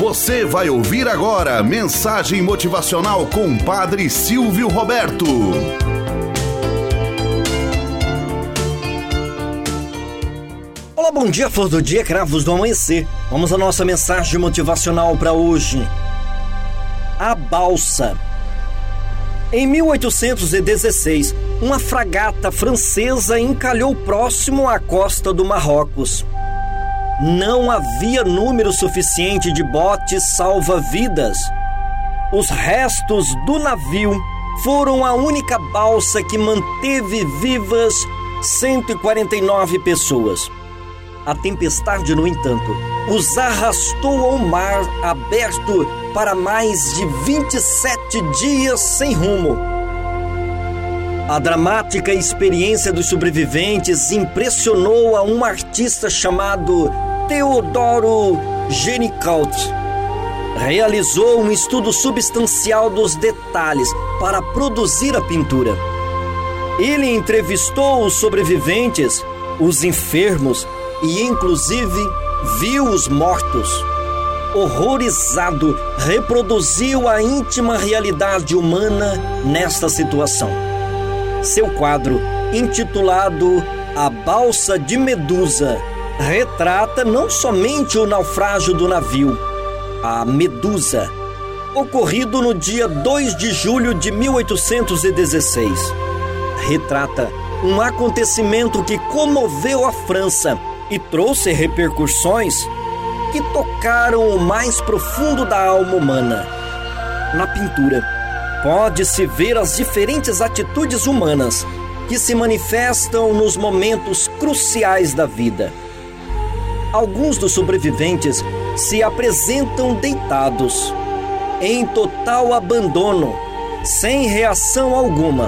Você vai ouvir agora mensagem motivacional com Padre Silvio Roberto. Olá, bom dia, flor do dia, cravos do amanhecer. Vamos à nossa mensagem motivacional para hoje. A balsa. Em 1816, uma fragata francesa encalhou próximo à costa do Marrocos. Não havia número suficiente de botes salva-vidas. Os restos do navio foram a única balsa que manteve vivas 149 pessoas. A tempestade, no entanto, os arrastou ao mar aberto para mais de 27 dias sem rumo. A dramática experiência dos sobreviventes impressionou a um artista chamado Teodoro Genicault. Realizou um estudo substancial dos detalhes para produzir a pintura. Ele entrevistou os sobreviventes, os enfermos e, inclusive, viu os mortos. Horrorizado, reproduziu a íntima realidade humana nesta situação. Seu quadro, intitulado A Balsa de Medusa, retrata não somente o naufrágio do navio, a Medusa, ocorrido no dia 2 de julho de 1816. Retrata um acontecimento que comoveu a França e trouxe repercussões que tocaram o mais profundo da alma humana. Na pintura, pode-se ver as diferentes atitudes humanas que se manifestam nos momentos cruciais da vida. Alguns dos sobreviventes se apresentam deitados, em total abandono, sem reação alguma.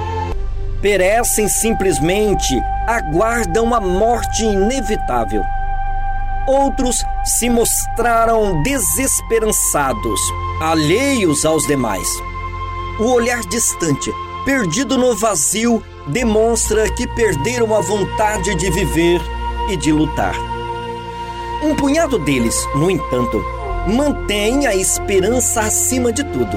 Perecem simplesmente, aguardam a morte inevitável. Outros se mostraram desesperançados, alheios aos demais. O olhar distante, perdido no vazio, demonstra que perderam a vontade de viver e de lutar. Um punhado deles, no entanto, mantém a esperança acima de tudo.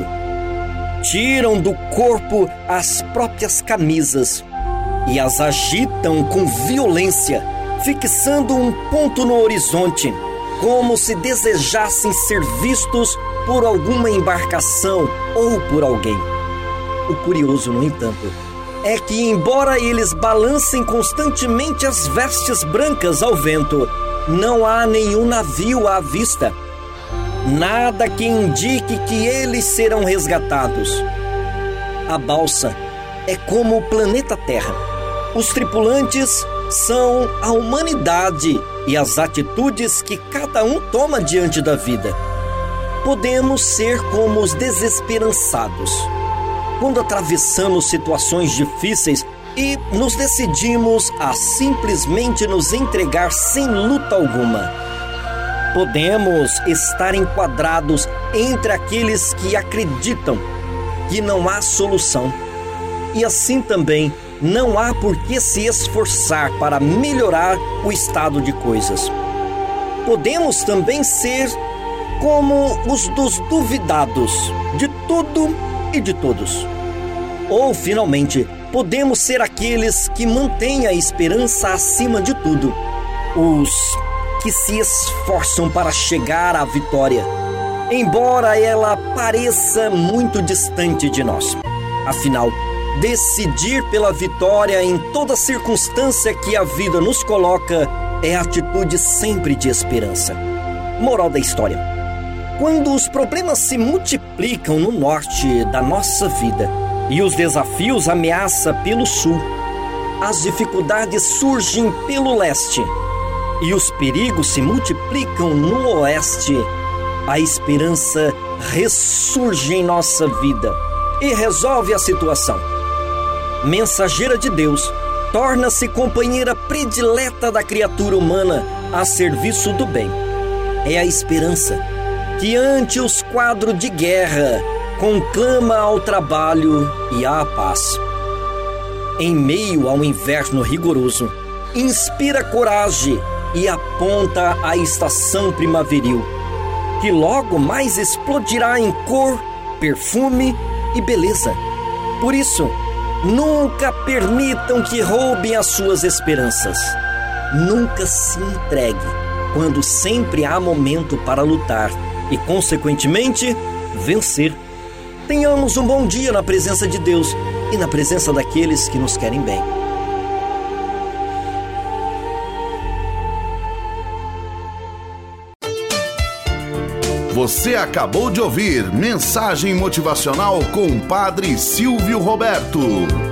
Tiram do corpo as próprias camisas e as agitam com violência, fixando um ponto no horizonte, como se desejassem ser vistos por alguma embarcação ou por alguém. O curioso, no entanto, é que, embora eles balancem constantemente as vestes brancas ao vento, não há nenhum navio à vista. Nada que indique que eles serão resgatados. A balsa é como o planeta Terra. Os tripulantes são a humanidade e as atitudes que cada um toma diante da vida. Podemos ser como os desesperançados, quando atravessamos situações difíceis e nos decidimos a simplesmente nos entregar sem luta alguma. Podemos estar enquadrados entre aqueles que acreditam que não há solução. E assim também não há por que se esforçar para melhorar o estado de coisas. Podemos também ser como os dos duvidados de tudo e de todos. Ou, finalmente, podemos ser aqueles que mantêm a esperança acima de tudo, os que se esforçam para chegar à vitória, embora ela pareça muito distante de nós. Afinal, decidir pela vitória em toda circunstância que a vida nos coloca é atitude sempre de esperança. Moral da história: quando os problemas se multiplicam no norte da nossa vida e os desafios ameaçam pelo sul, as dificuldades surgem pelo leste e os perigos se multiplicam no oeste, a esperança ressurge em nossa vida e resolve a situação. Mensageira de Deus, torna-se companheira predileta da criatura humana a serviço do bem. É a esperança que, ante os quadros de guerra, conclama ao trabalho e à paz. Em meio ao inverno rigoroso, inspira coragem e aponta a estação primaveril. que logo mais explodirá em cor, perfume e beleza. Por isso, nunca permitam que roubem as suas esperanças. Nunca se entregue, quando sempre há momento para lutar e, consequentemente, vencer. Tenhamos um bom dia na presença de Deus e na presença daqueles que nos querem bem. Você acabou de ouvir Mensagem Motivacional com o Padre Silvio Roberto.